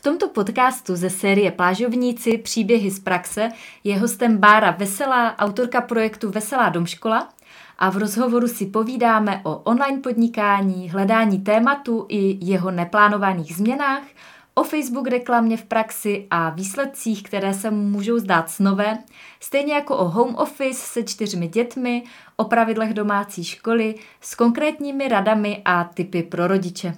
tomto podcastu ze série Plážovníci příběhy z praxe je hostem Bára Veselá, autorka projektu Veselá domškola, a v rozhovoru si povídáme o online podnikání, hledání tématu i jeho neplánovaných změnách, o Facebook reklamě v praxi a výsledcích, které se můžou zdát snové, stejně jako o home office se 4 dětmi, o pravidlech domácí školy s konkrétními radami a tipy pro rodiče.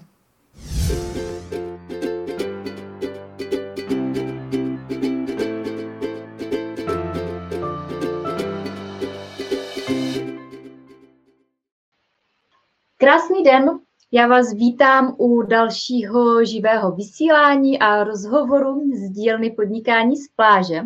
Krásný den, já vás vítám u dalšího živého vysílání a rozhovoru z dílny Podnikání z pláže.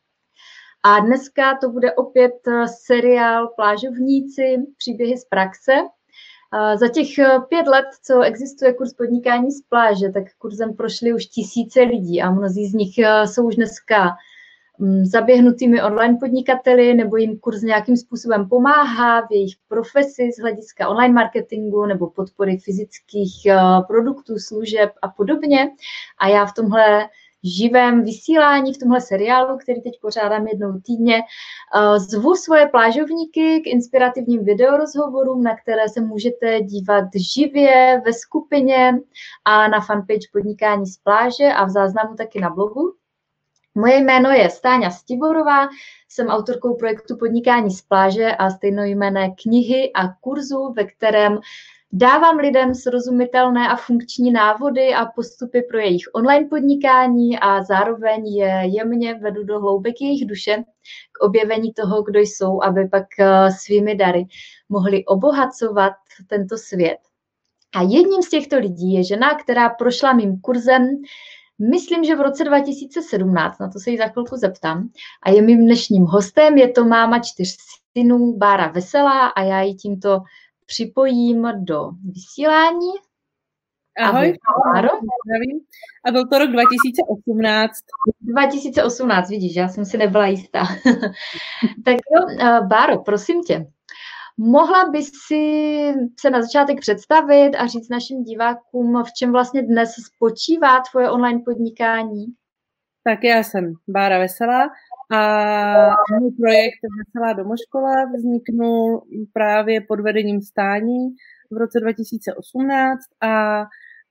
A dneska to bude opět seriál Plážovníci, příběhy z praxe. Za těch 5 let, co existuje kurz Podnikání z pláže, tak kurzem prošli už tisíce lidí a mnozí z nich jsou už dneska zaběhnutými online podnikateli, nebo jim kurz nějakým způsobem pomáhá v jejich profesi z hlediska online marketingu nebo podpory fyzických produktů, služeb a podobně. A já v tomhle živém vysílání, v tomhle seriálu, který teď pořádám jednou týdně, zvu svoje plážovníky k inspirativním videorozhovorům, na které se můžete dívat živě ve skupině a na fanpage Podnikání z pláže a v záznamu taky na blogu. Moje jméno je Stáňa Stiborová, jsem autorkou projektu Podnikání z pláže a stejnojmenné knihy a kurzu, ve kterém dávám lidem srozumitelné a funkční návody a postupy pro jejich online podnikání a zároveň je jemně vedu do hloubek jejich duše k objevení toho, kdo jsou, aby pak svými dary mohli obohacovat tento svět. A jedním z těchto lidí je žena, která prošla mým kurzem, myslím, že v roce 2017, na to se jí za chvilku zeptám. A je mým dnešním hostem, je to máma 4 synů, Bára Veselá, a já ji tímto připojím do vysílání. Ahoj, Báro. A byl to rok 2018. 2018, vidíš, já jsem si nebyla jistá. Tak jo, Báro, prosím tě. Mohla bys si se na začátek představit a říct našim divákům, v čem vlastně dnes spočívá tvoje online podnikání? Tak já jsem Bára Veselá a můj projekt Veselá domoškola vzniknul právě pod vedením Stání v roce 2018 a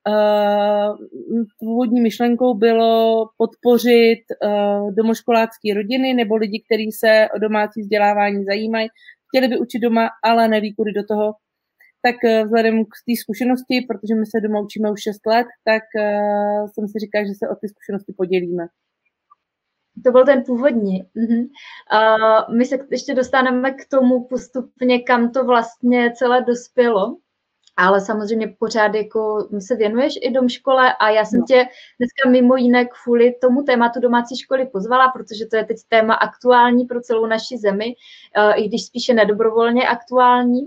původní myšlenkou bylo podpořit domoškolácké rodiny nebo lidi, kteří se o domácí vzdělávání zajímají, chtěli by učit doma, ale neví, kudy do toho. Tak vzhledem k té zkušenosti, protože my se doma učíme už 6 let, tak jsem si říkala, že se o ty zkušenosti podělíme. To byl ten původní. My se ještě dostaneme k tomu postupně, kam to vlastně celé dospělo. Ale samozřejmě pořád jako se věnuješ i domškole a já jsem tě dneska mimo jiné kvůli tomu tématu domácí školy pozvala, protože to je teď téma aktuální pro celou naši zemi, i když spíše nedobrovolně aktuální.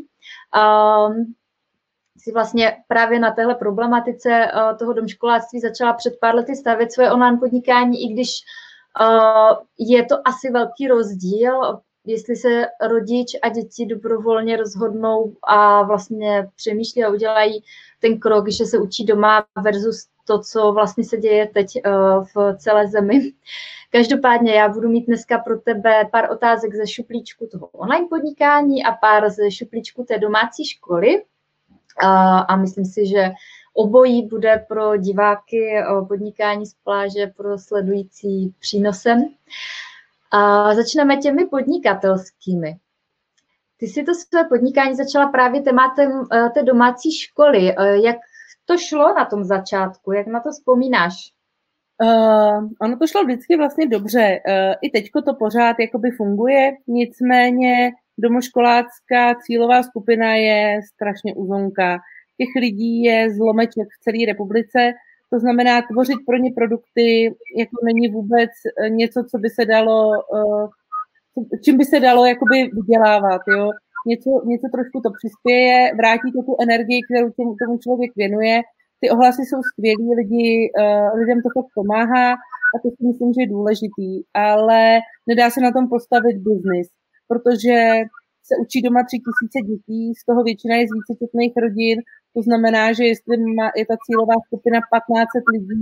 Si vlastně právě na téhle problematice toho domškoláctví začala před pár lety stavět svoje online podnikání, i když je to asi velký rozdíl, jestli se rodič a děti dobrovolně rozhodnou a vlastně přemýšlí a udělají ten krok, že se učí doma versus to, co vlastně se děje teď v celé zemi. Každopádně já budu mít dneska pro tebe pár otázek ze šuplíčku toho online podnikání a pár ze šuplíčku té domácí školy. A myslím si, že obojí bude pro diváky Podnikání z pláže pro sledující přínosem. A začneme těmi podnikatelskými. Ty si to své podnikání začala právě tématem té domácí školy. Jak to šlo na tom začátku? Jak na to vzpomínáš? Ono to šlo vždycky vlastně dobře. I teďko to pořád jakoby funguje, nicméně domoškolácká cílová skupina je strašně uzonká. Těch lidí je zlomeček v celé republice. To znamená, tvořit pro ně produkty jako není vůbec něco, co by se dalo, čím by se dalo jakoby vydělávat, jo. Něco trošku to přispěje, vrátí to tu energii, kterou tomu člověk věnuje. Ty ohlasy jsou skvělý, lidem to fakt pomáhá a to si myslím, že je důležitý, ale nedá se na tom postavit biznis, protože se učí doma 3000 dětí, z toho většina je z vícedětných rodin. To znamená, že jestli je ta cílová skupina 1500 lidí,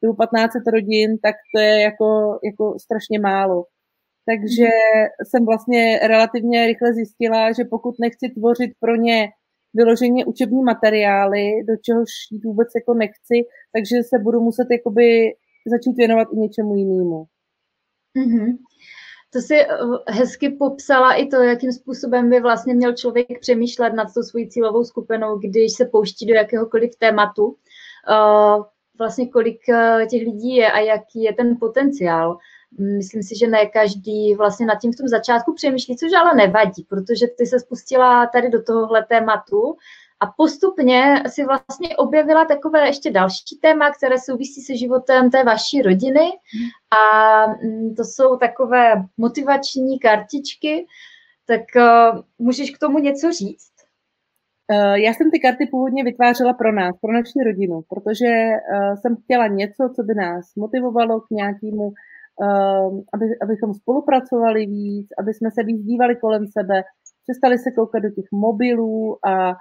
nebo 1500 rodin, tak to je jako strašně málo. Takže jsem vlastně relativně rychle zjistila, že pokud nechci tvořit pro ně vyloženě učební materiály, do čehož jít vůbec jako nechci, takže se budu muset jakoby začít věnovat i něčemu jinému. Mm-hmm. To si hezky popsala i to, jakým způsobem by vlastně měl člověk přemýšlet nad tou svojí cílovou skupinou, když se pouští do jakéhokoliv tématu. Vlastně kolik těch lidí je a jaký je ten potenciál. Myslím si, že ne každý vlastně nad tím v tom začátku přemýšlí, což ale nevadí, protože ty se spustila tady do tohohle tématu a postupně si vlastně objevila takové ještě další téma, které souvisí se životem té vaší rodiny a to jsou takové motivační kartičky, tak můžeš k tomu něco říct? Já jsem ty karty původně vytvářela pro nás, pro naši rodinu, protože jsem chtěla něco, co by nás motivovalo k nějakému, abychom spolupracovali víc, aby jsme se víc dívali kolem sebe, přestali se koukat do těch mobilů a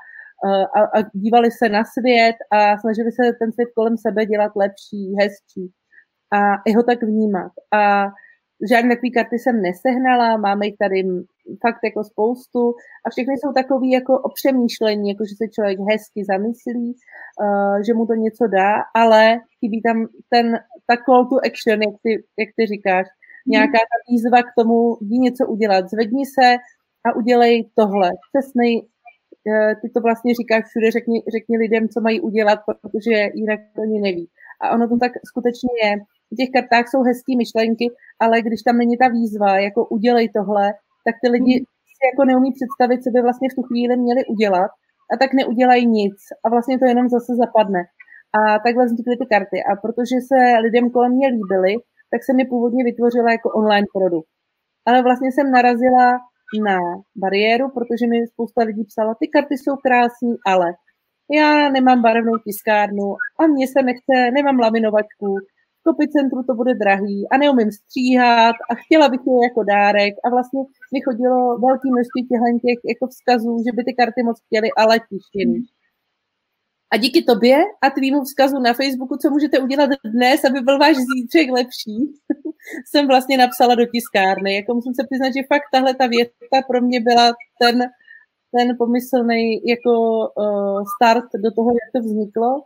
dívali se na svět a snažili se ten svět kolem sebe dělat lepší, hezčí a i ho tak vnímat. A žádné takové karty jsem nesehnala, máme jich tady fakt jako spoustu a všechny jsou takový jako o přemýšlení, jako že se člověk hezky zamyslí, že mu to něco dá, ale chybí tam ta call to action, jak ty říkáš, nějaká ta výzva k tomu, jdi něco udělat, zvedni se a udělej tohle. Přesnej, ty to vlastně říkáš všude, řekni lidem, co mají udělat, protože jinak oni neví. A ono to tak skutečně je. V těch kartách jsou hezký myšlenky, ale když tam není ta výzva, jako udělej tohle, tak ty lidi si jako neumí představit, co by vlastně v tu chvíli měli udělat a tak neudělají nic a vlastně to jenom zase zapadne. A takhle vznikly ty karty. A protože se lidem kolem mě líbily, tak jsem je původně vytvořila jako online produkt. Ale vlastně jsem narazila na bariéru, protože mi spousta lidí psala, ty karty jsou krásný, ale já nemám barevnou tiskárnu a mně se nechce, nemám laminovačku, v Copycentru to bude drahý a neumím stříhat a chtěla bych je jako dárek a vlastně mi chodilo velké množství těch jako vzkazů, že by ty karty moc chtěli, ale tištěný. A díky tobě a tvýmu vzkazu na Facebooku, co můžete udělat dnes, aby byl váš zítřek lepší, jsem vlastně napsala do tiskárny. Jako musím se přiznat, že fakt tahle ta věta pro mě byla ten pomyslný jako start do toho, jak to vzniklo.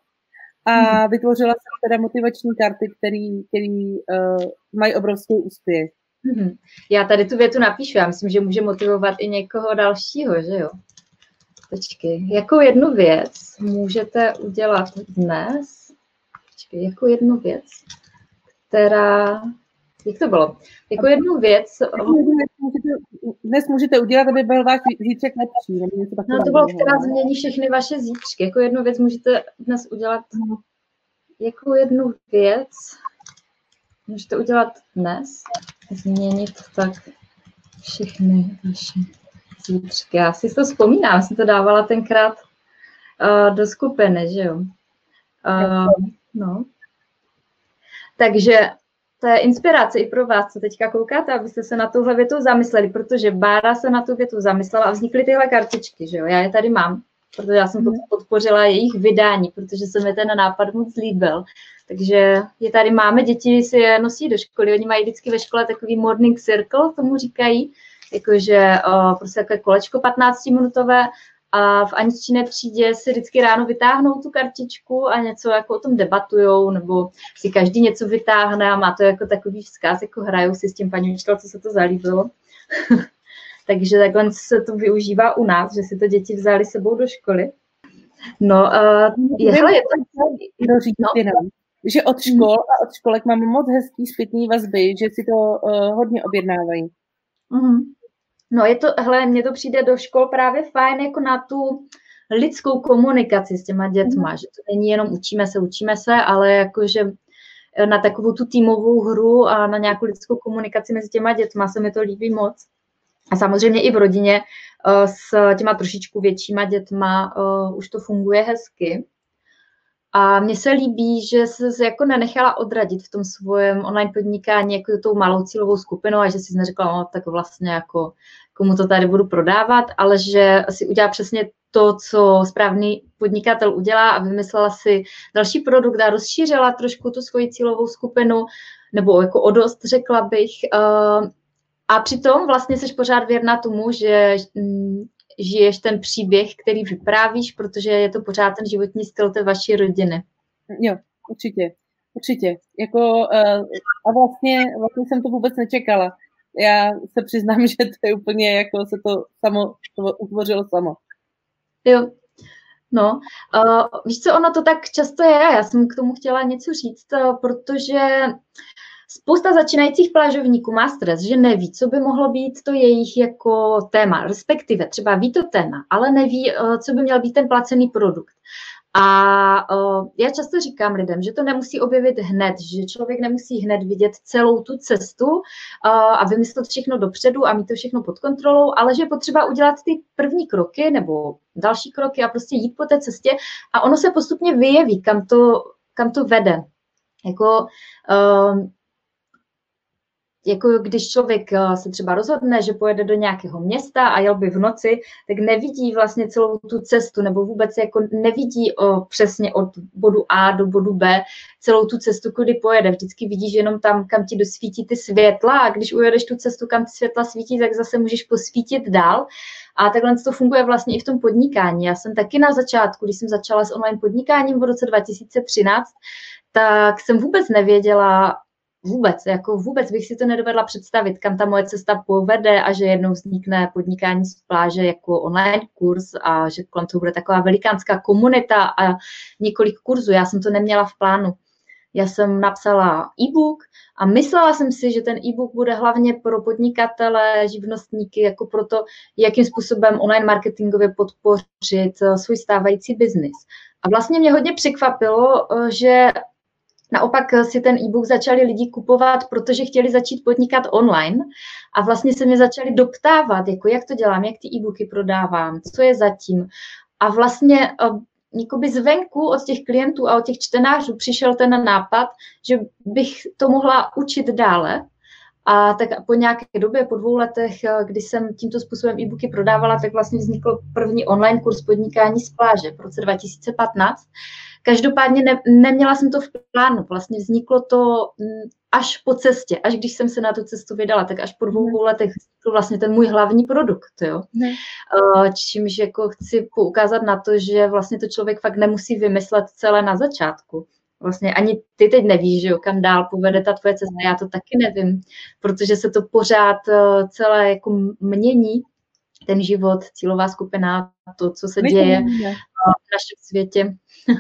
A vytvořila jsem teda motivační karty, který mají obrovský úspěch. Já tady tu větu napíšu, já myslím, že může motivovat i někoho dalšího, že jo? Počkej, jakou jednu věc můžete udělat dnes? Počkej, jakou jednu věc, která... Jak to bylo? Jako jednu věc... Dnes můžete udělat, aby byl váš zítřek lepší. No to bylo, která změní všechny vaše zítřky. Jako jednu věc můžete dnes udělat... Jakou jednu věc můžete udělat dnes? Změnit tak všechny vaše zítřky. Já si to vzpomínám, jsem to dávala tenkrát do skupiny, že jo? No. Takže to je inspirace i pro vás, co teďka koukáte, abyste se na tuhle větu zamysleli, protože Bára se na tu větu zamyslela a vznikly tyhle kartičky, že jo? Já je tady mám, protože já jsem podpořila jejich vydání, protože se mi ten nápad moc líbil. Takže je tady máme, děti si je nosí do školy, oni mají vždycky ve škole takový morning circle, tomu říkají, jakože prostě takové kolečko 15-minutové a v Aniččiné třídě si vždycky ráno vytáhnou tu kartičku a něco jako o tom debatujou, nebo si každý něco vytáhne a má to jako takový vzkaz, jako hrajou si s tím paní učitelkou, co se to zalíbilo. Takže takhle se to využívá u nás, že si to děti vzali sebou do školy. No, je to... že od škol a od školek mám moc hezký zpětný vazby, že si to hodně objednávají. No je to, hele, mně to přijde do škol právě fajn jako na tu lidskou komunikaci s těma dětma, že to není jenom učíme se, ale jakože na takovou tu týmovou hru a na nějakou lidskou komunikaci mezi těma dětma se mi to líbí moc. A samozřejmě i v rodině s těma trošičku většíma dětma už to funguje hezky. A mně se líbí, že se jako nenechala odradit v tom svém online podnikání jako tou malou cílovou skupinou a že si neřekla, no, tak vlastně jako komu to tady budu prodávat, ale že si udělá přesně to, co správný podnikatel udělá a vymyslela si další produkt a rozšířila trošku tu svoji cílovou skupinu, nebo jako o dost, řekla bych. A přitom vlastně jsi pořád věrná tomu, že žiješ ten příběh, který vyprávíš, protože je to pořád ten životní styl té vaší rodiny. Jo, určitě. A vlastně jsem to vůbec nečekala. Já se přiznám, že to je úplně jako se to utvořilo samo. Jo, no. Víš co, ono to tak často je. Já jsem k tomu chtěla něco říct, protože spousta začínajících plážovníků má stres, že neví, co by mohlo být to jejich jako téma, respektive třeba ví to téma, ale neví, co by měl být ten placený produkt. A já často říkám lidem, že to nemusí objevit hned, že člověk nemusí hned vidět celou tu cestu a vymyslet všechno dopředu a mít to všechno pod kontrolou, ale že je potřeba udělat ty první kroky nebo další kroky a prostě jít po té cestě a ono se postupně vyjeví, kam to vede. Jako když člověk se třeba rozhodne, že pojede do nějakého města a jel by v noci, tak nevidí vlastně celou tu cestu, nebo vůbec jako nevidí přesně od bodu A do bodu B celou tu cestu, kudy pojede. Vždycky vidíš jenom tam, kam ti dosvítí ty světla a když ujedeš tu cestu, kam ty světla svítí, tak zase můžeš posvítit dál. A takhle to funguje vlastně i v tom podnikání. Já jsem taky na začátku, když jsem začala s online podnikáním v roce 2013, tak jsem vůbec nevěděla, vůbec bych si to nedovedla představit, kam ta moje cesta povede a že jednou vznikne podnikání z pláže jako online kurz a že kolem toho bude taková velikánská komunita a několik kurzů. Já jsem to neměla v plánu. Já jsem napsala e-book a myslela jsem si, že ten e-book bude hlavně pro podnikatele, živnostníky, jako pro to, jakým způsobem online marketingově podpořit svůj stávající biznis. A vlastně mě hodně překvapilo, že naopak si ten e-book začali lidi kupovat, protože chtěli začít podnikat online a vlastně se mě začali doptávat, jako jak to dělám, jak ty e-booky prodávám, co je zatím. A vlastně jakoby zvenku od těch klientů a od těch čtenářů přišel ten nápad, že bych to mohla učit dále. A tak po nějaké době, po 2 letech, kdy jsem tímto způsobem e-booky prodávala, tak vlastně vznikl první online kurz podnikání z pláže v roce 2015. Každopádně neměla jsem to v plánu, vlastně vzniklo to až po cestě, až když jsem se na tu cestu vydala, tak až po 2 letech vznikl vlastně ten můj hlavní produkt, jo. Čímž jako chci poukázat na to, že vlastně to člověk fakt nemusí vymyslet celé na začátku. Vlastně ani ty teď nevíš, že jo, kam dál povede ta tvoje cesta, já to taky nevím, protože se to pořád celé jako mění, ten život, cílová skupina, to, co se děje v našem světě.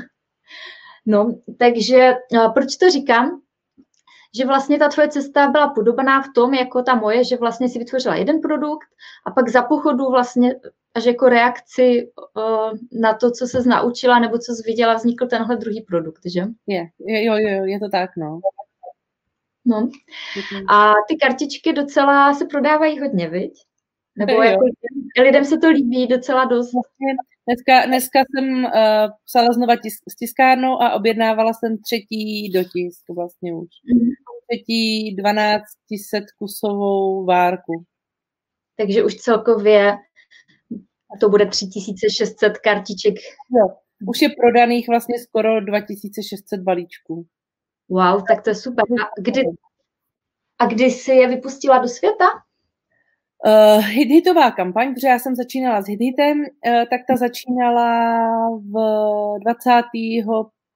No, takže proč to říkám? Že vlastně ta tvoje cesta byla podobná v tom, jako ta moje, že vlastně si vytvořila jeden produkt a pak za pochodu vlastně až jako reakci na to, co se naučila nebo co jsi viděla, vznikl tenhle druhý produkt, že? Je to tak, no. No. A ty kartičky docela se prodávají hodně, viď? Nebo jako lidem se to líbí docela dost. Dneska jsem psala znova s tiskárnou a objednávala jsem 3. dotisk vlastně už. 1200 kusovou várku. Takže už celkově to bude 3600 kartiček. Jo, už je prodaných vlastně skoro 2600 balíčků. Wow, tak to je super. A kdy jsi je vypustila do světa? Hitová kampaň, protože já jsem začínala s Hitem, tak ta začínala v 25.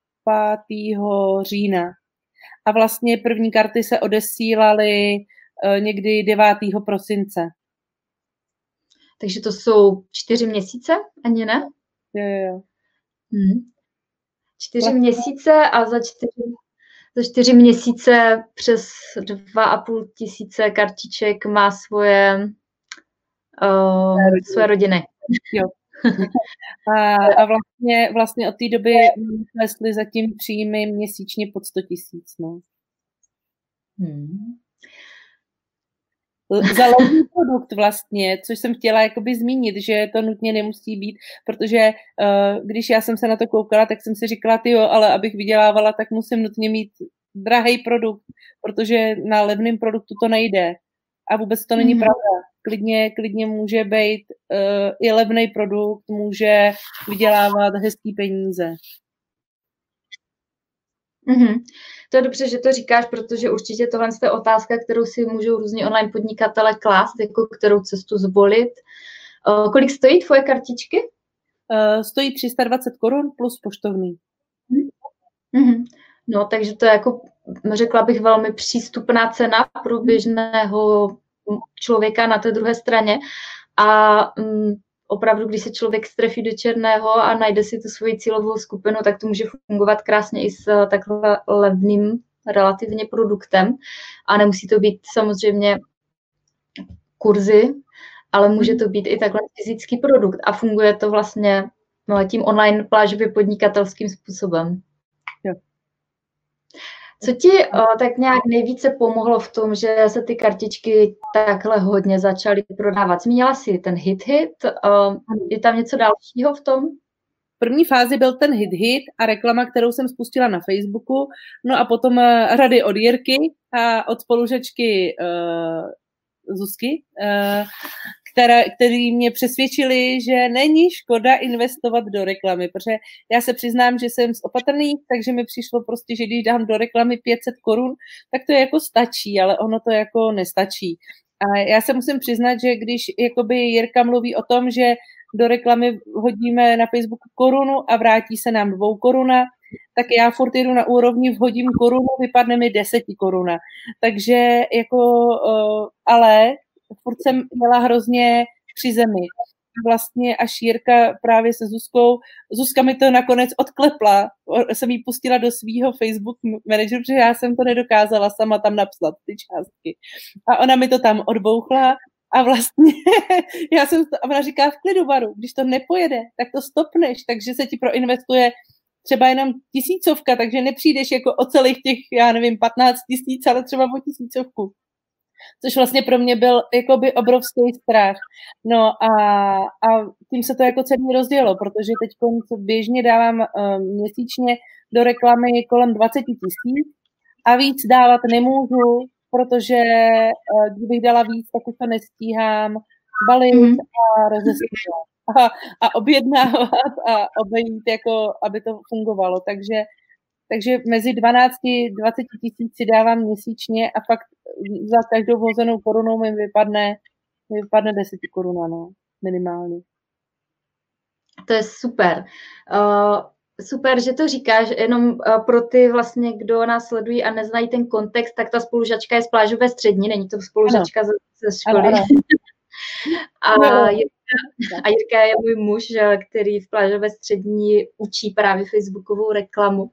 října. A vlastně první karty se odesílaly někdy 9. prosince. Takže to jsou 4 měsíce? Ani ne? Jo. 4 měsíce a za 4 měsíce přes 2,5 tisíce kartiček má svoje rodiny. Jo. A vlastně od té doby klesly zatím příjmy měsíčně pod 100 000. No. Za levný produkt vlastně, což jsem chtěla jakoby zmínit, že to nutně nemusí být, protože když já jsem se na to koukala, tak jsem si říkala, ale abych vydělávala, tak musím nutně mít drahý produkt, protože na levném produktu to nejde. A vůbec to není pravda. klidně může být i levný produkt, může vydělávat hezký peníze. Mm-hmm. To je dobře, že to říkáš, protože určitě tohle je otázka, kterou si můžou různí online podnikatele klást, jako kterou cestu zvolit. Kolik stojí tvoje kartičky? Stojí 320 korun plus poštovný. Mm-hmm. No, takže to je jako, řekla bych, velmi přístupná cena pro běžného člověka na té druhé straně. A opravdu, když se člověk strefí do černého a najde si tu svoji cílovou skupinu, tak to může fungovat krásně i s takhle levným relativně produktem. A nemusí to být samozřejmě kurzy, ale může to být i takhle fyzický produkt. A funguje to vlastně tím online plážově podnikatelským způsobem. Jo. Co ti tak nějak nejvíce pomohlo v tom, že se ty kartičky takhle hodně začaly prodávat? Zmínila jsi ten hit, je tam něco dalšího v tom? V první fázi byl ten hit a reklama, kterou jsem spustila na Facebooku, no a potom rady od Jirky a od spolužačky Zuzky, který mě přesvědčili, že není škoda investovat do reklamy, protože já se přiznám, že jsem z opatrných, takže mi přišlo prostě, že když dám do reklamy 500 korun, tak to jako stačí, ale ono to jako nestačí. A já se musím přiznat, že když jakoby Jirka mluví o tom, že do reklamy hodíme na Facebooku korunu a vrátí se nám 2 koruna, tak já furt jdu na úrovni, vhodím korunu, vypadne mi 10 koruna. Takže jako, ale furt jsem měla hrozně při zemi. Vlastně až Jirka právě se Zuzkou, Zuzka mi to nakonec odklepla, jsem jí pustila do svýho Facebook manageru, protože já jsem to nedokázala sama tam napsat, ty částky. A ona mi to tam odbouchla a vlastně a ona říká v klidu, Varu, když to nepojede, tak to stopneš, takže se ti proinvestuje třeba jenom 1000, takže nepřijdeš jako o celých těch, já nevím, 15 000, ale třeba o 1000. Což vlastně pro mě byl jakoby obrovský strach. No a tím se to jako celý rozdělo, protože teď běžně dávám měsíčně do reklamy kolem 20 000 a víc dávat nemůžu, protože kdybych dala víc, tak už to nestíhám balit a rozesílat a objednávat a obejít, jako, aby to fungovalo. Takže mezi 12 a 20 000 si dávám měsíčně a fakt za každou vozenou korunou mi vypadne 10 korun, no, minimálně. To je super. Super, že to říkáš, jenom pro ty vlastně, kdo nás sledují a neznají ten kontext, tak ta spolužačka je z plážové střední, není to spolužačka ze školy. Ano. A Jirka je můj muž, který v plážové střední učí právě facebookovou reklamu.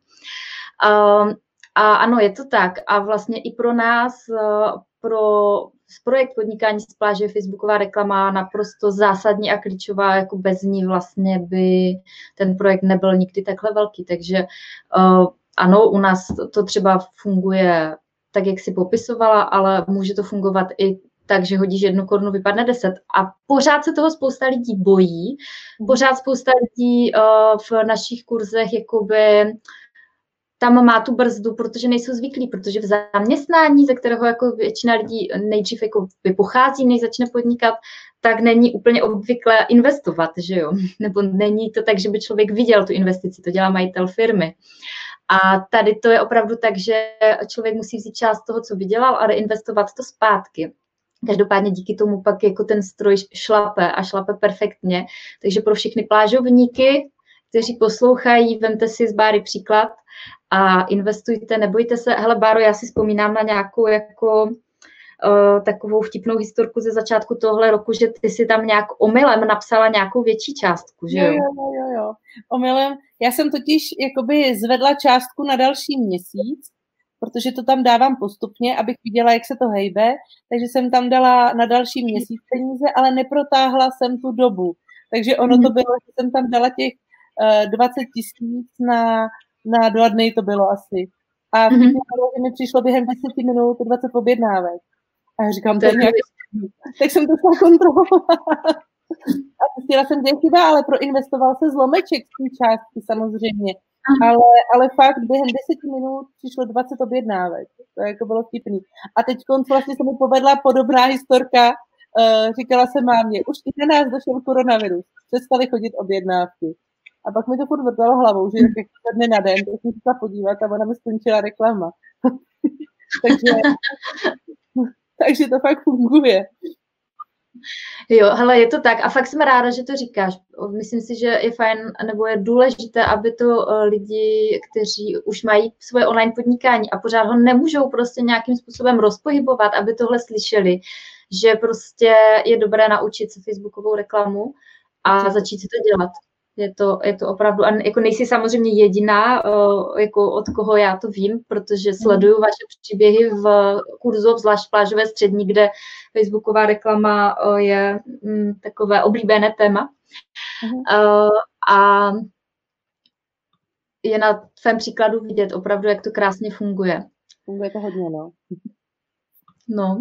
A ano, je to tak. A vlastně i pro nás, pro projekt podnikání z pláže je facebooková reklama naprosto zásadní a klíčová, jako bez ní vlastně by ten projekt nebyl nikdy takhle velký. Takže ano, u nás to třeba funguje tak, jak si popisovala, ale může to fungovat i tak, že hodíš 1 korunu, vypadne 10. A pořád se toho spousta lidí bojí. Pořád spousta lidí v našich kurzech jakoby tam má tu brzdu, protože nejsou zvyklí, protože v zaměstnání, ze kterého jako většina lidí nejdřív jako pochází, než začne podnikat, tak není úplně obvyklé investovat, že jo? Nebo není to tak, že by člověk viděl tu investici, to dělá majitel firmy. A tady to je opravdu tak, že člověk musí vzít část toho, co vydělal, a reinvestovat to zpátky. Každopádně díky tomu pak jako ten stroj šlape a šlape perfektně. Takže pro všechny plážovníky, kteří poslouchají, vemte si z Báry příklad a investujte, nebojte se. Hele, Báro, já si vzpomínám na nějakou jako takovou vtipnou historku ze začátku tohle roku, že ty si tam nějak omylem napsala nějakou větší částku, že jo? Jo. Omylem. Já jsem totiž jakoby zvedla částku na další měsíc, protože to tam dávám postupně, abych viděla, jak se to hejbe, takže jsem tam dala na další měsíc peníze, ale neprotáhla jsem tu dobu. Takže ono to bylo, že jsem tam dala těch 20 000 na 2 dny to bylo asi. A mi přišlo během 10 minut 20 objednávek. A já říkám, to je nějaký... Tak jsem to šla kontrolovat. A zjistila jsem, že je chyba, ale proinvestoval se zlomeček z té částky samozřejmě. Ale fakt během 10 minut přišlo 20 objednávek. To jako bylo vtipný. A teď vlastně se mi povedla podobná historka říkala jsem mámě, už i na nás došel koronavirus, přestali chodit objednávky. A pak mi to furt vrtalo hlavou, že jak dne na den, tak jsem se podívat a ona mi skončila reklama. takže to fakt funguje. Jo, hele, je to tak a fakt jsem ráda, že to říkáš. Myslím si, že je fajn, nebo je důležité, aby to lidi, kteří už mají svoje online podnikání a pořád ho nemůžou prostě nějakým způsobem rozpohybovat, aby tohle slyšeli, že prostě je dobré naučit se facebookovou reklamu a začít si to dělat. Je to opravdu, a jako nejsi samozřejmě jediná, jako od koho já to vím, protože sleduju vaše příběhy v kurzu, zvlášť plážové střední, kde facebooková reklama je takové oblíbené téma. A je na tvém příkladu vidět opravdu, jak to krásně funguje. Funguje to hodně, no. No.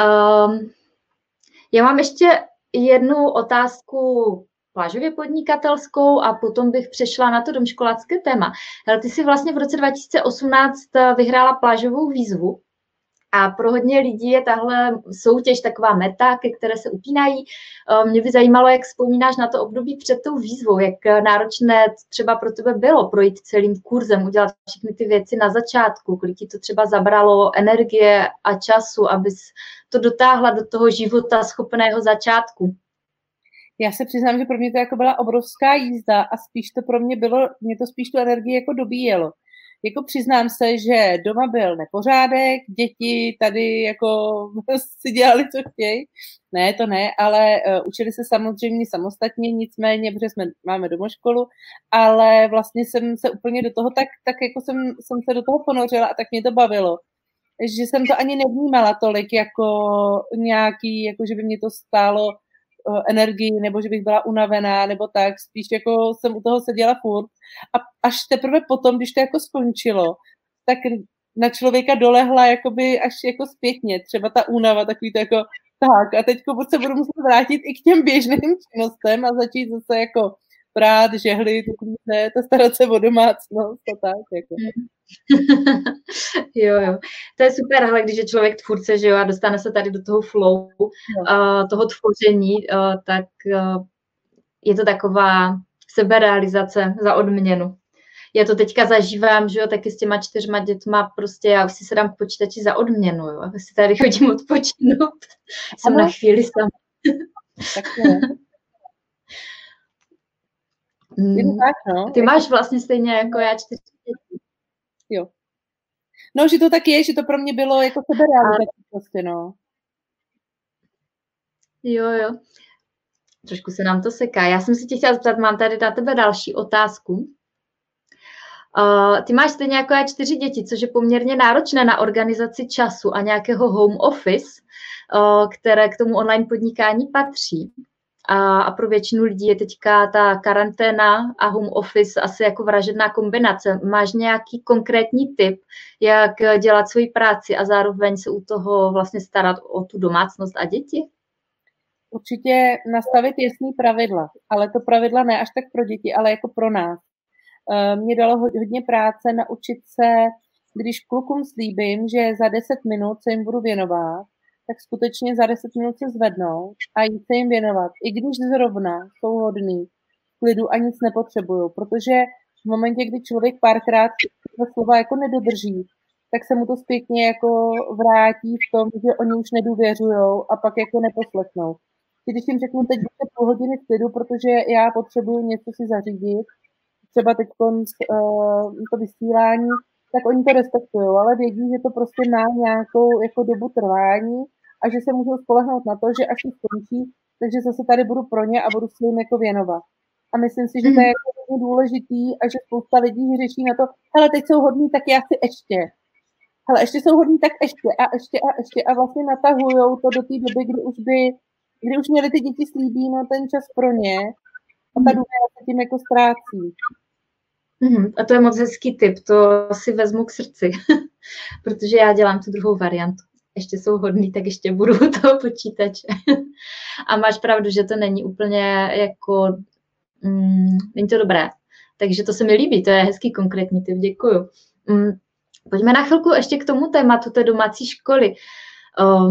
Já mám ještě jednu otázku plážově podnikatelskou a potom bych přešla na to domškolácké téma. Ale ty si vlastně v roce 2018 vyhrála plážovou výzvu a pro hodně lidí je tahle soutěž taková meta, ke které se upínají. Mě by zajímalo, jak vzpomínáš na to období před tou výzvou, jak náročné třeba pro tebe bylo projít celým kurzem, udělat všechny ty věci na začátku, kolik ti to třeba zabralo energie a času, abys to dotáhla do toho života schopného začátku. Já se přiznám, že pro mě to jako byla obrovská jízda a spíš to pro mě bylo, mě to spíš tu energii jako dobíjelo. Jako přiznám se, že doma byl nepořádek, děti tady jako si dělali, co chtějí. Ne, to ne, ale učili se samozřejmě samostatně, nicméně, protože máme domoškolu, ale vlastně jsem se úplně do toho, tak jako jsem se do toho ponořila a tak mě to bavilo. Že jsem to ani nevnímala tolik jako nějaký, jako že by mě to stálo energii, nebo že bych byla unavená, nebo tak, spíš jako jsem u toho seděla furt a až teprve potom, když to jako skončilo, tak na člověka dolehla jakoby až jako zpětně, třeba ta únava, takový to jako tak a teďko se budu muset vrátit i k těm běžným činnostem a začít zase jako prát, žehlit, uklízet, starat se o domácnost a tak jako. Jo. To je super, ale když je člověk tvůrce, že jo, a dostane se tady do toho flow, toho tvoření, tak je to taková seberealizace za odměnu. Já to teďka zažívám, že jo, taky s těma 4 dětma, prostě já už si sedám k počítači za odměnu, jo, já si tady chodím odpočinout, jsem na chvíli sama. Tak je. Ty máš vlastně stejně jako já 4 děti. Jo. No, že to tak je, že to pro mě bylo jako seberealizace prostě, no. Jo. Trošku se nám to seká. Já jsem si tě chtěla zeptat, mám tady na tebe další otázku. Ty máš stejně jako já 4 děti, což je poměrně náročné na organizaci času a nějakého home office, které k tomu online podnikání patří. A pro většinu lidí je teďka ta karanténa a home office asi jako vražedná kombinace. Máš nějaký konkrétní tip, jak dělat svoji práci a zároveň se u toho vlastně starat o tu domácnost a děti? Určitě nastavit jasný pravidla, ale to pravidla ne až tak pro děti, ale jako pro nás. Mě dalo hodně práce naučit se, když klukům slíbím, že za 10 minut se jim budu věnovat, tak skutečně za 10 minut se zvednou a jít se jim věnovat. I když zrovna jsou hodný, klidu a nic nepotřebují, protože v momentě, kdy člověk párkrát slova jako nedodrží, tak se mu to zpětně jako vrátí v tom, že oni už nedůvěřují a pak jako neposlechnou. Když jim řeknu, teď buďte půl hodiny v klidu, protože já potřebuju něco si zařídit, třeba teď to vysílání, tak oni to respektují, ale vědí, že to prostě má nějakou jako dobu trvání a že se můžou spolehnout na to, že až to skončí, takže zase tady budu pro ně a budu se jim jako věnovat. A myslím si, že to je jako hodně důležitý a že spousta lidí řeší na to, hele, teď jsou hodní, tak já si ještě. Hele, ještě jsou hodní, tak ještě a vlastně natahujou to do té doby, kdy už měli ty děti slíbí, no ten čas pro ně a ta důvěra se tím jako ztrácí. A to je moc hezký tip, to si vezmu k srdci, protože já dělám tu druhou variantu. Ještě jsou hodný, tak ještě budu u toho počítače. A máš pravdu, že to není úplně jako, není to dobré. Takže to se mi líbí, to je hezký konkrétní tip, děkuju. Pojďme na chvilku ještě k tomu tématu té domácí školy.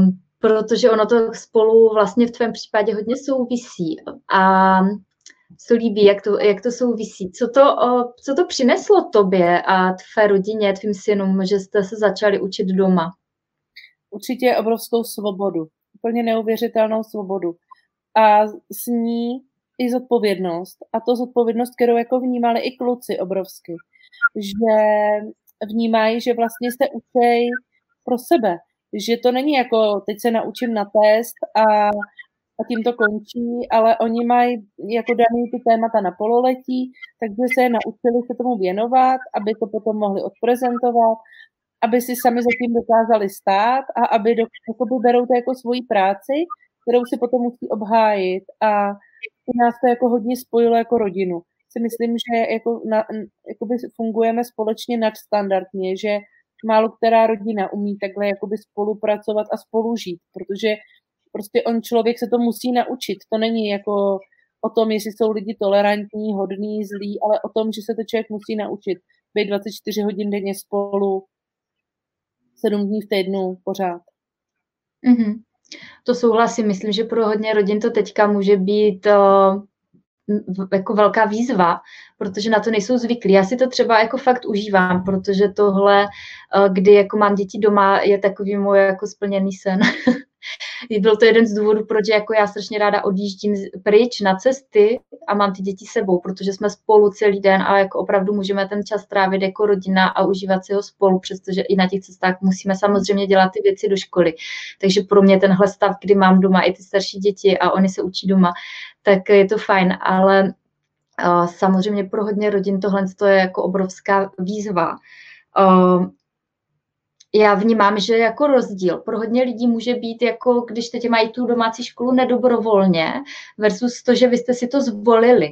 protože ono to spolu vlastně v tvém případě hodně souvisí. A se líbí, jak to souvisí. Co to přineslo tobě a tvé rodině, tvým synům, že jste se začali učit doma? Určitě obrovskou svobodu. Úplně neuvěřitelnou svobodu. A s ní i zodpovědnost. A to zodpovědnost, kterou jako vnímali i kluci obrovsky. Že vnímají, že vlastně se učej pro sebe. Že to není jako teď se naučím na test a tím to končí, ale oni mají jako daný ty témata na pololetí, takže se naučili se tomu věnovat, aby to potom mohli odprezentovat, aby si sami za tím dokázali stát a aby berou to jako svoji práci, kterou si potom musí obhájit. A nás to jako hodně spojilo jako rodinu. Si myslím, že jakoby fungujeme společně nadstandardně, že málo která rodina umí takhle jakoby spolupracovat a spolužít, protože prostě člověk se to musí naučit. To není jako o tom, jestli jsou lidi tolerantní, hodní, zlí, ale o tom, že se to člověk musí naučit. Být 24 hodin denně spolu, 7 dní v týdnu pořád. Mm-hmm. To souhlasím. Myslím, že pro hodně rodin to teďka může být jako velká výzva, protože na to nejsou zvyklí. Já si to třeba jako fakt užívám, protože tohle, kdy jako mám děti doma, je takový můj jako splněný sen. Byl to jeden z důvodů, proč jako já strašně ráda odjíždím pryč na cesty a mám ty děti sebou, protože jsme spolu celý den a jako opravdu můžeme ten čas trávit jako rodina a užívat si ho spolu, přestože i na těch cestách musíme samozřejmě dělat ty věci do školy. Takže pro mě tenhle stav, kdy mám doma i ty starší děti a oni se učí doma, tak je to fajn, ale samozřejmě pro hodně rodin tohle je jako obrovská výzva. Já vnímám, že jako rozdíl pro hodně lidí může být, jako když teď mají tu domácí školu nedobrovolně versus to, že vy jste si to zvolili.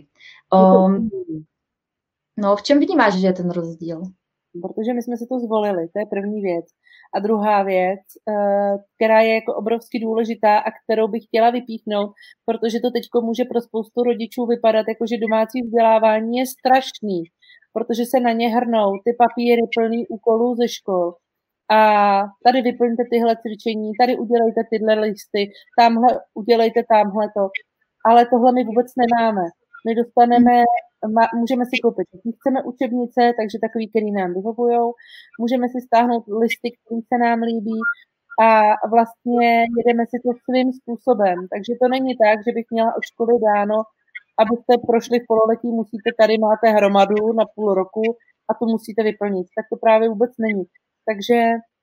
No, v čem vnímáš, že je ten rozdíl? Protože my jsme si to zvolili, to je první věc. A druhá věc, která je jako obrovsky důležitá a kterou bych chtěla vypíchnout, protože to teďko může pro spoustu rodičů vypadat jako, že domácí vzdělávání je strašný, protože se na ně hrnou ty papíry plný úkolů ze škol. A tady vyplňte tyhle cvičení, tady udělejte tyhle listy, tamhle udělejte tamhleto. Ale tohle my vůbec nemáme. My můžeme si koupit, když chceme učebnice, takže takový, který nám vyhovujou. Můžeme si stáhnout listy, které se nám líbí a vlastně jedeme si to svým způsobem. Takže to není tak, že bych měla od školy dáno, abyste prošli v pololetí, tady máte hromadu na půl roku a tu musíte vyplnit. Tak to právě vůbec není. Takže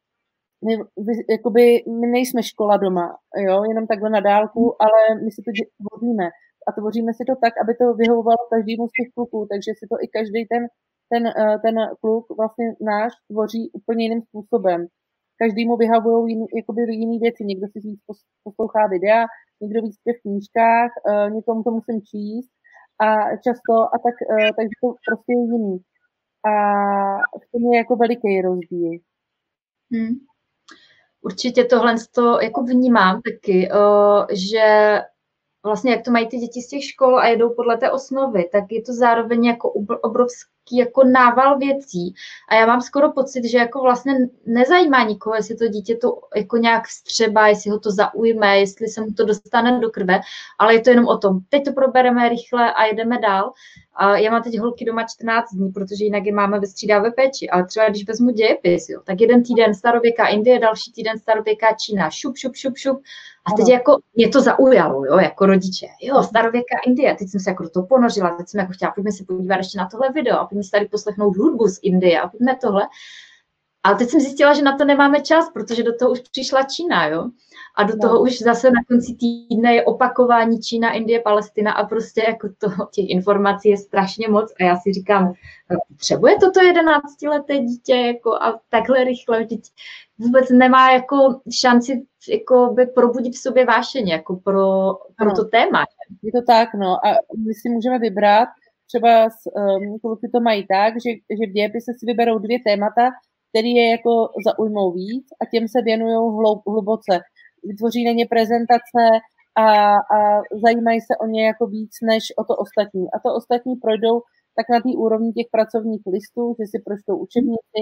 my nejsme škola doma, jo, jenom takhle na dálku, ale my si to tvoříme. A tvoříme si to tak, aby to vyhovovalo každému z těch kluků, takže si to i každý ten kluk vlastně náš tvoří úplně jiným způsobem. Každému vyhovují jiný věci. Někdo si víc poslouchá videa, někdo víc v knížkách, někomu to musím číst a často takže to prostě je jiný. A v tom je jako veliký rozdíl. Určitě tohle jako vnímám taky, že vlastně jak to mají ty děti z těch škol a jedou podle té osnovy, tak je to zároveň jako obrovský jako nával věcí. A já mám skoro pocit, že jako vlastně nezajímá nikoho, jestli to dítě to jako nějak vstřebá, jestli ho to zaujme, jestli se mu to dostane do krve, ale je to jenom o tom. Teď to probereme rychle a jedeme dál. A já mám teď holky doma 14 dní, protože jinak je máme ve střídavé péči. Ale třeba když vezmu dějepis, jo, tak jeden týden starověká Indie, další týden starověká Čína, šup. A teď jako mě to zaujalo, jo, jako rodiče. Jo, starověká Indie. Teď jsem se jako do toho ponořila, teď jsem jako chtěla, pojďme se podívat ještě na tohle video a pojďme si tady poslechnout hudbu z Indie a pojďme tohle. Ale teď jsem zjistila, že na to nemáme čas, protože do toho už přišla Čína, jo. A do toho už zase na konci týdne je opakování Čína, Indie, Palestina a prostě jako těch informací je strašně moc a já si říkám, potřebuje toto 11leté dítě jako a takhle rychle, vůbec nemá jako šanci jako by probudit v sobě vášeň jako pro to téma. Je to tak, no a my si můžeme vybrat, třeba kluci to mají tak, že v dějepise si vyberou 2 témata, které je jako zaujmou víc a těm se věnují hluboce. Vytvoří na ně prezentace a zajímají se o ně jako víc než o to ostatní. A to ostatní projdou tak na té úrovni těch pracovních listů, že si pročtou učebnici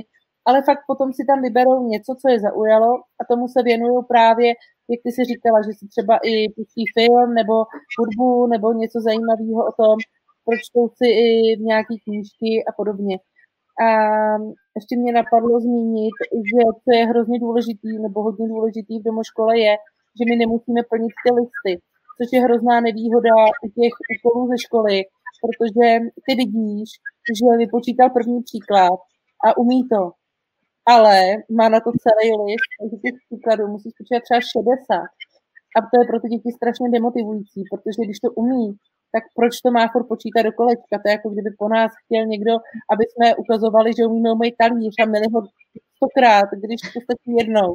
ale fakt potom si tam vyberou něco, co je zaujalo a tomu se věnují právě, jak ty si říkala, že si třeba i pustí film nebo hudbu nebo něco zajímavého o tom, pročtou si i nějaký knížky a podobně. A ještě mě napadlo zmínit, že co je hrozně důležitý nebo hodně důležitý v domoškole je, že my nemusíme plnit ty listy, což je hrozná nevýhoda u těch úkolů ze školy, protože ty vidíš, že vypočítal první příklad a umí to, ale má na to celý list, takže těch příkladů musí spočítat třeba 60. A to je pro ty děti strašně demotivující, protože když to umí, tak proč to má furt počítat do kolečka? To je jako kdyby po nás chtěl někdo, aby jsme ukazovali, že umíme umýt talíř a měli ho 100krát, když to stačí jednou.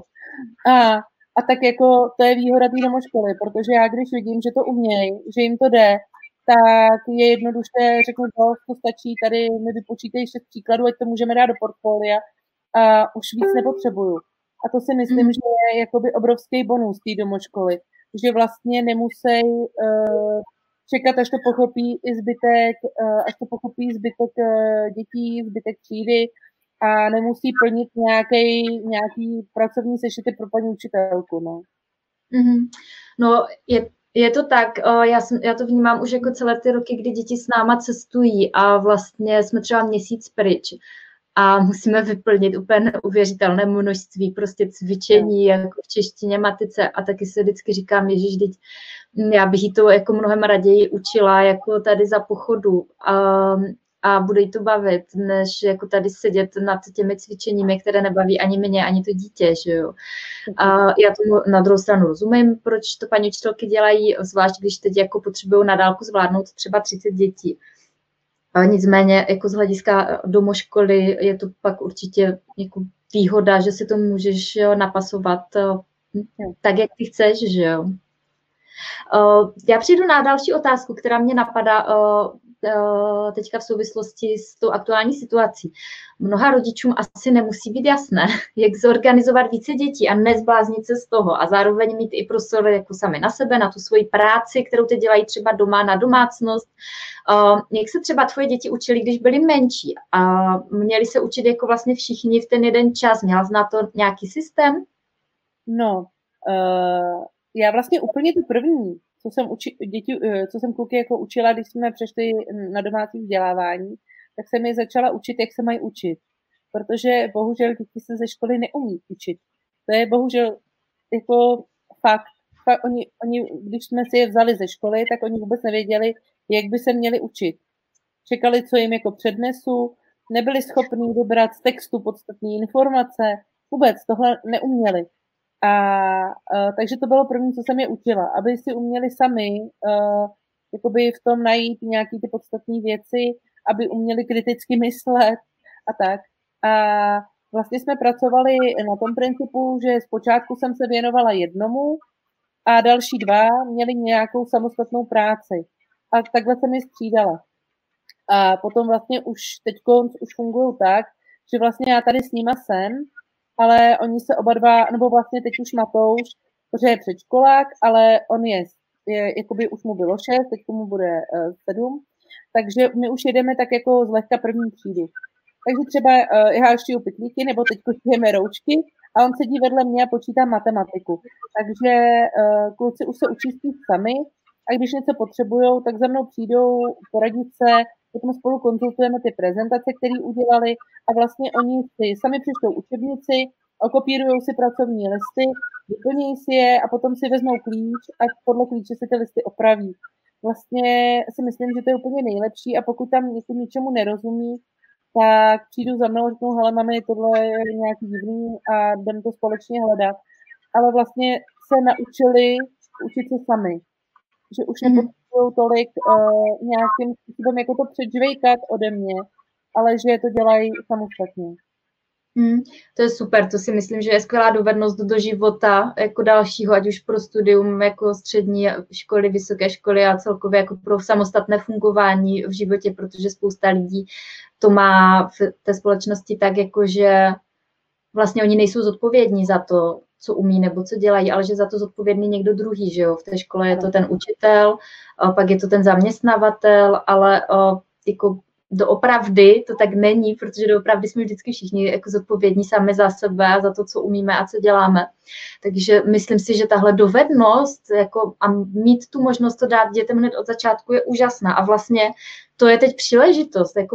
A tak jako to je výhoda té domoškoly, protože já když vidím, že to umějí, že jim to jde, tak je jednoduše, řeknu to stačí, tady mi vypočítej 6 příkladů, ať to můžeme dát do portfolia a už víc nepotřebuju. A to si myslím, že je jakoby obrovský bonus té domoškoly, že vlastně nemusí čekat, až to pochopí i zbytek, až to pochopí zbytek dětí, zbytek třídy a nemusí plnit nějaký pracovní sešity pro paní učitelku. No, no je to tak, já to vnímám už jako celé ty roky, kdy děti s náma cestují a vlastně jsme třeba měsíc pryč a musíme vyplnit úplně neuvěřitelné množství prostě cvičení jako v češtině, matice a taky se vždycky říkám, ježiš, teď já bych jí to jako mnohem raději učila jako tady za pochodu a bude jí to bavit, než jako tady sedět nad těmi cvičeními, které nebaví ani mě, ani to dítě, že jo. A já tomu na druhou stranu rozumím, proč to paní učitelky dělají, zvlášť když teď jako potřebují na dálku zvládnout třeba 30 dětí. Ale nicméně jako z hlediska domoškoly je to pak určitě jako výhoda, že si to můžeš napasovat tak, jak ty chceš, že jo. Já přijdu na další otázku, která mě napadá teďka v souvislosti s tou aktuální situací. Mnoha rodičům asi nemusí být jasné, jak zorganizovat více dětí a nezbláznit se z toho a zároveň mít i prostor jako sami na sebe, na tu svoji práci, kterou teď dělají třeba doma, na domácnost. Jak se třeba tvoje děti učili, když byly menší a měli se učit jako vlastně všichni v ten jeden čas? Měla jsi na to nějaký systém? No, já vlastně úplně tu první, co jsem kluky jako učila, když jsme přešli na domácí vzdělávání, tak jsem je začala učit, jak se mají učit. Protože bohužel děti se ze školy neumí učit. To je bohužel jako fakt. Oni, když jsme si je vzali ze školy, tak oni vůbec nevěděli, jak by se měli učit. Čekali, co jim jako přednesu, nebyli schopní vybrat z textu podstatné informace, vůbec tohle neuměli. Takže to bylo první, co jsem je učila, aby si uměli sami jakoby v tom najít nějaké ty podstatné věci, aby uměli kriticky myslet a tak. A vlastně jsme pracovali na tom principu, že zpočátku jsem se věnovala jednomu a další dva měli nějakou samostatnou práci. A takhle jsem je střídala. A potom vlastně už fungují tak, že vlastně já tady s nima jsem, ale oni se oba dva, nebo vlastně teď už Matouš, protože je předškolák, ale on je jakoby už mu bylo 6, teď mu bude 7, takže my už jedeme tak jako zlehka první třídu. Takže třeba já šiju pytlíky, nebo teď šijeme roušky a on sedí vedle mě a počítá matematiku. Takže kluci už se učí spíš sami a když něco potřebujou, tak za mnou přijdou poradit se, potom spolu konzultujeme ty prezentace, které udělali a vlastně oni si sami přečtou učebnici, okopírují si pracovní listy, vyplní si je a potom si vezmou klíč a podle klíče si ty listy opraví. Vlastně si myslím, že to je úplně nejlepší a pokud tam něčemu nerozumí, tak přijdu za mnou a řeknu, hele mami, tohle je nějaký divný a jdem to společně hledat. Ale vlastně se naučili učit se sami. Že už nepotřebují tolik nějakým způsobem jako to předžvejkat ode mě, ale že to dělají samostatně. To je super, to si myslím, že je skvělá dovednost do života jako dalšího, ať už pro studium jako střední školy, vysoké školy a celkově jako pro samostatné fungování v životě, protože spousta lidí to má v té společnosti tak, jako že vlastně oni nejsou zodpovědní za to, co umí nebo co dělají, ale že za to zodpovědný někdo druhý, že jo. V té škole je to ten učitel, pak je to ten zaměstnavatel, ale jako doopravdy to tak není, protože doopravdy jsme vždycky všichni jako zodpovědní sami za sebe a za to, co umíme a co děláme. Takže myslím si, že tahle dovednost jako, a mít tu možnost to dát dětem hned od začátku je úžasná. A vlastně to je teď příležitost jako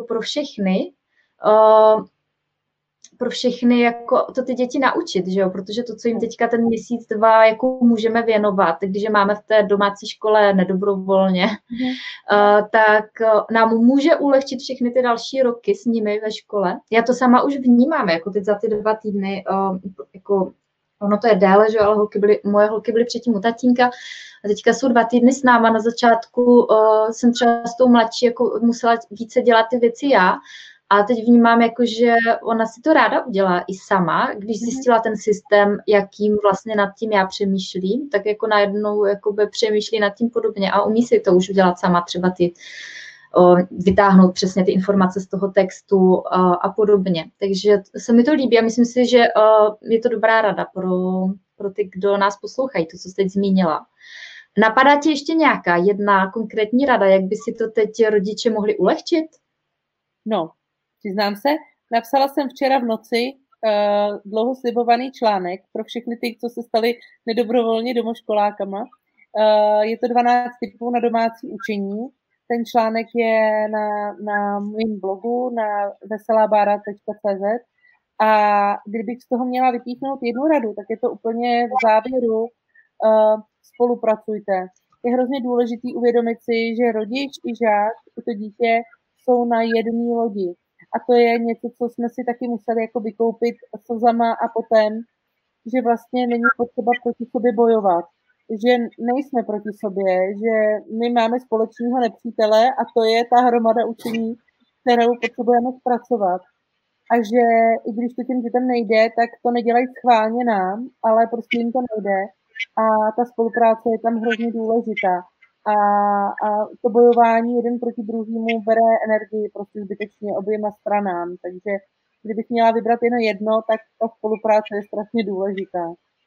pro všechny jako to ty děti naučit, že jo? Protože to, co jim teďka ten měsíc, dva jako můžeme věnovat, když máme v té domácí škole nedobrovolně, tak nám může ulehčit všechny ty další roky s nimi ve škole. Já to sama už vnímám, jako teď za ty 2 týdny, jako ono to je déle, že jo, ale moje holky byly předtím u tatínka a teďka jsou 2 týdny s náma. Na začátku jsem třeba s tou mladší jako musela více dělat ty věci já. A teď vnímám, jako, že ona si to ráda udělá i sama, když zjistila ten systém, jakým vlastně nad tím já přemýšlím, tak jako najednou jakoby přemýšlí nad tím podobně a umí si to už udělat sama, třeba vytáhnout přesně ty informace z toho textu a podobně. Takže se mi to líbí a myslím si, že je to dobrá rada pro ty, kdo nás poslouchají, to, co jsi teď zmínila. Napadá ti ještě nějaká jedna konkrétní rada, jak by si to teď rodiče mohli ulehčit? No, přiznám se, napsala jsem včera v noci dlouho slibovaný článek pro všechny ty, co se stali nedobrovolně domoškolákama. Je to 12 tipů na domácí učení. Ten článek je na mém blogu na veselabára.cz a kdybych z toho měla vypíchnout jednu radu, tak je to úplně v závěru spolupracujte. Je hrozně důležitý uvědomit si, že rodič i žák, i to dítě jsou na jedné lodi. A to je něco, co jsme si taky museli jako vykoupit slzama a potem, že vlastně není potřeba proti sobě bojovat. Že nejsme proti sobě, že my máme společného nepřítele a to je ta hromada učení, kterou potřebujeme zpracovat. A že i když to těm dětem nejde, tak to nedělají schválně nám, ale prostě jim to nejde. A ta spolupráce je tam hrozně důležitá. A to bojování jeden proti druhému bere energii prostě zbytečně oběma stranám. Takže kdybych měla vybrat jen jedno, tak ta spolupráce je strašně důležitá.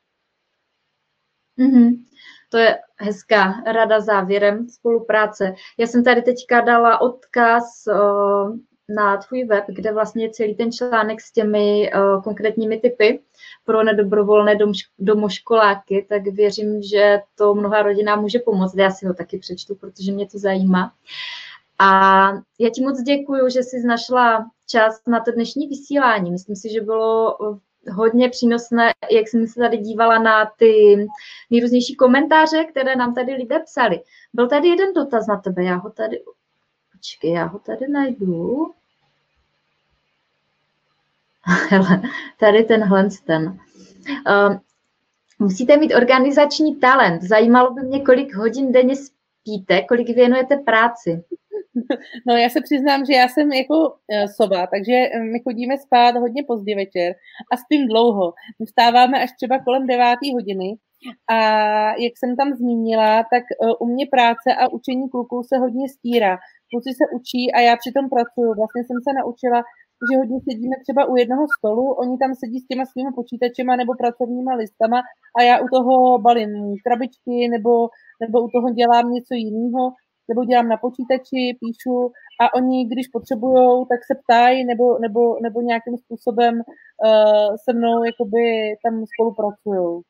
To je hezká rada závěrem, spolupráce. Já jsem tady teďka dala odkaz na tvůj web, kde vlastně je celý ten článek s těmi konkrétními tipy pro nedobrovolné domoškoláky, tak věřím, že to mnoha rodinám může pomoct. Já si ho taky přečtu, protože mě to zajímá. A já ti moc děkuju, že jsi našla čas na to dnešní vysílání. Myslím si, že bylo hodně přínosné, jak jsem se tady dívala na ty nejrůznější komentáře, které nám tady lidé psali. Byl tady jeden dotaz na tebe, já ho tady najdu. Hele, tady ten. Musíte mít organizační talent. Zajímalo by mě, kolik hodin denně spíte, kolik věnujete práci. No já se přiznám, že já jsem jako sova, takže my chodíme spát hodně pozdě večer a spím dlouho. My vstáváme až třeba kolem 9. hodiny a jak jsem tam zmínila, tak u mě práce a učení kluků se hodně stírá. Kluci se učí a já přitom pracuju. Vlastně jsem se naučila, že hodně sedíme třeba u jednoho stolu, oni tam sedí s těma svými počítačema nebo pracovníma listama a já u toho balím krabičky nebo u toho dělám něco jiného, nebo dělám na počítači, píšu a oni, když potřebujou, tak se ptají nebo nějakým způsobem se mnou jakoby tam spolupracujou.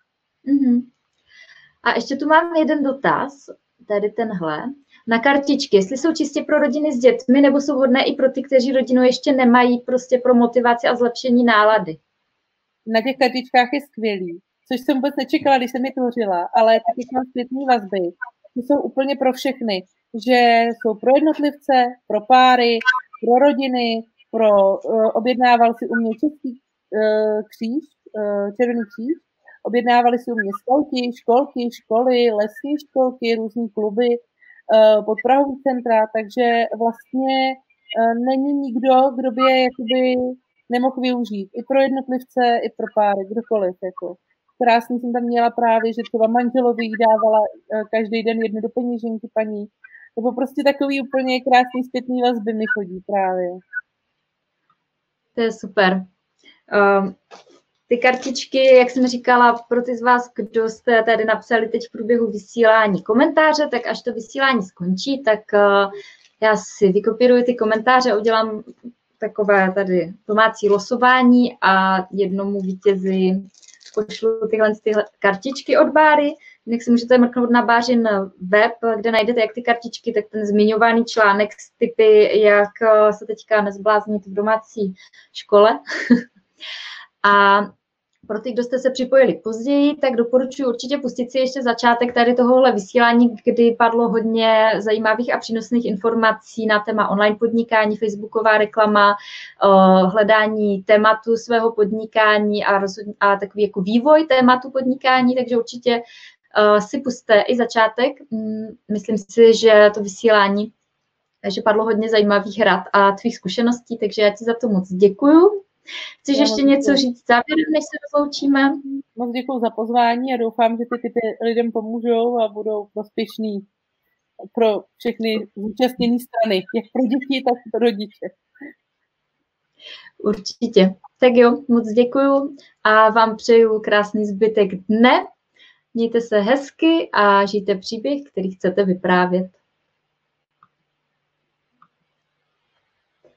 A ještě tu mám jeden dotaz, tady tenhle, na kartičky, jestli jsou čistě pro rodiny s dětmi, nebo jsou vhodné i pro ty, kteří rodinu ještě nemají, prostě pro motivaci a zlepšení nálady. Na těch kartičkách je skvělý, což jsem vůbec nečekala, když jsem je tvořila, ale taky mám zpětný vazby. Ty jsou úplně pro všechny, že jsou pro jednotlivce, pro páry, pro rodiny, objednával si u mě Český kříž, Červený kříž, objednávali si u mě skauti, školky, školy, lesní školky, různý kluby, podprahový centra, takže vlastně není nikdo, kdo by je jakoby nemohl využít. I pro jednotlivce, i pro páry, kdokoliv. Jako. Krásně jsem tam měla právě, že třeba manželovi dávala každý den jednu do peněženky paní. Nebo prostě takový úplně krásný zpětný vazby mi chodí právě. To je super. Ty kartičky, jak jsem říkala, pro ty z vás, kdo jste tady napsali teď v průběhu vysílání komentáře, tak až to vysílání skončí, tak Já si vykopíruji ty komentáře, udělám takové tady domácí losování a jednomu vítězi pošlu tyhle kartičky od Báry. Jinak si můžete mrknout na Bářin web, kde najdete jak ty kartičky, tak ten zmiňovaný článek s tipy, jak se teďka nezbláznit v domácí škole. A pro ty, kdo jste se připojili později, tak doporučuji určitě pustit si ještě začátek tady tohohle vysílání, kdy padlo hodně zajímavých a přínosných informací na téma online podnikání, facebooková reklama, hledání tématu svého podnikání a takový jako vývoj tématu podnikání, takže určitě si pusťte i začátek. Myslím si, že to vysílání, že padlo hodně zajímavých rad a tvých zkušeností, takže já ti za to moc děkuju. Chceš ještě něco říct závěrem, než se rozloučíme? Moc děkuji za pozvání a doufám, že ty tipy lidem pomůžou a budou prospěšný pro všechny zúčastněné strany, jak pro děti, tak pro rodiče. Určitě. Tak jo, moc děkuju a vám přeju krásný zbytek dne. Mějte se hezky a žijte příběh, který chcete vyprávět.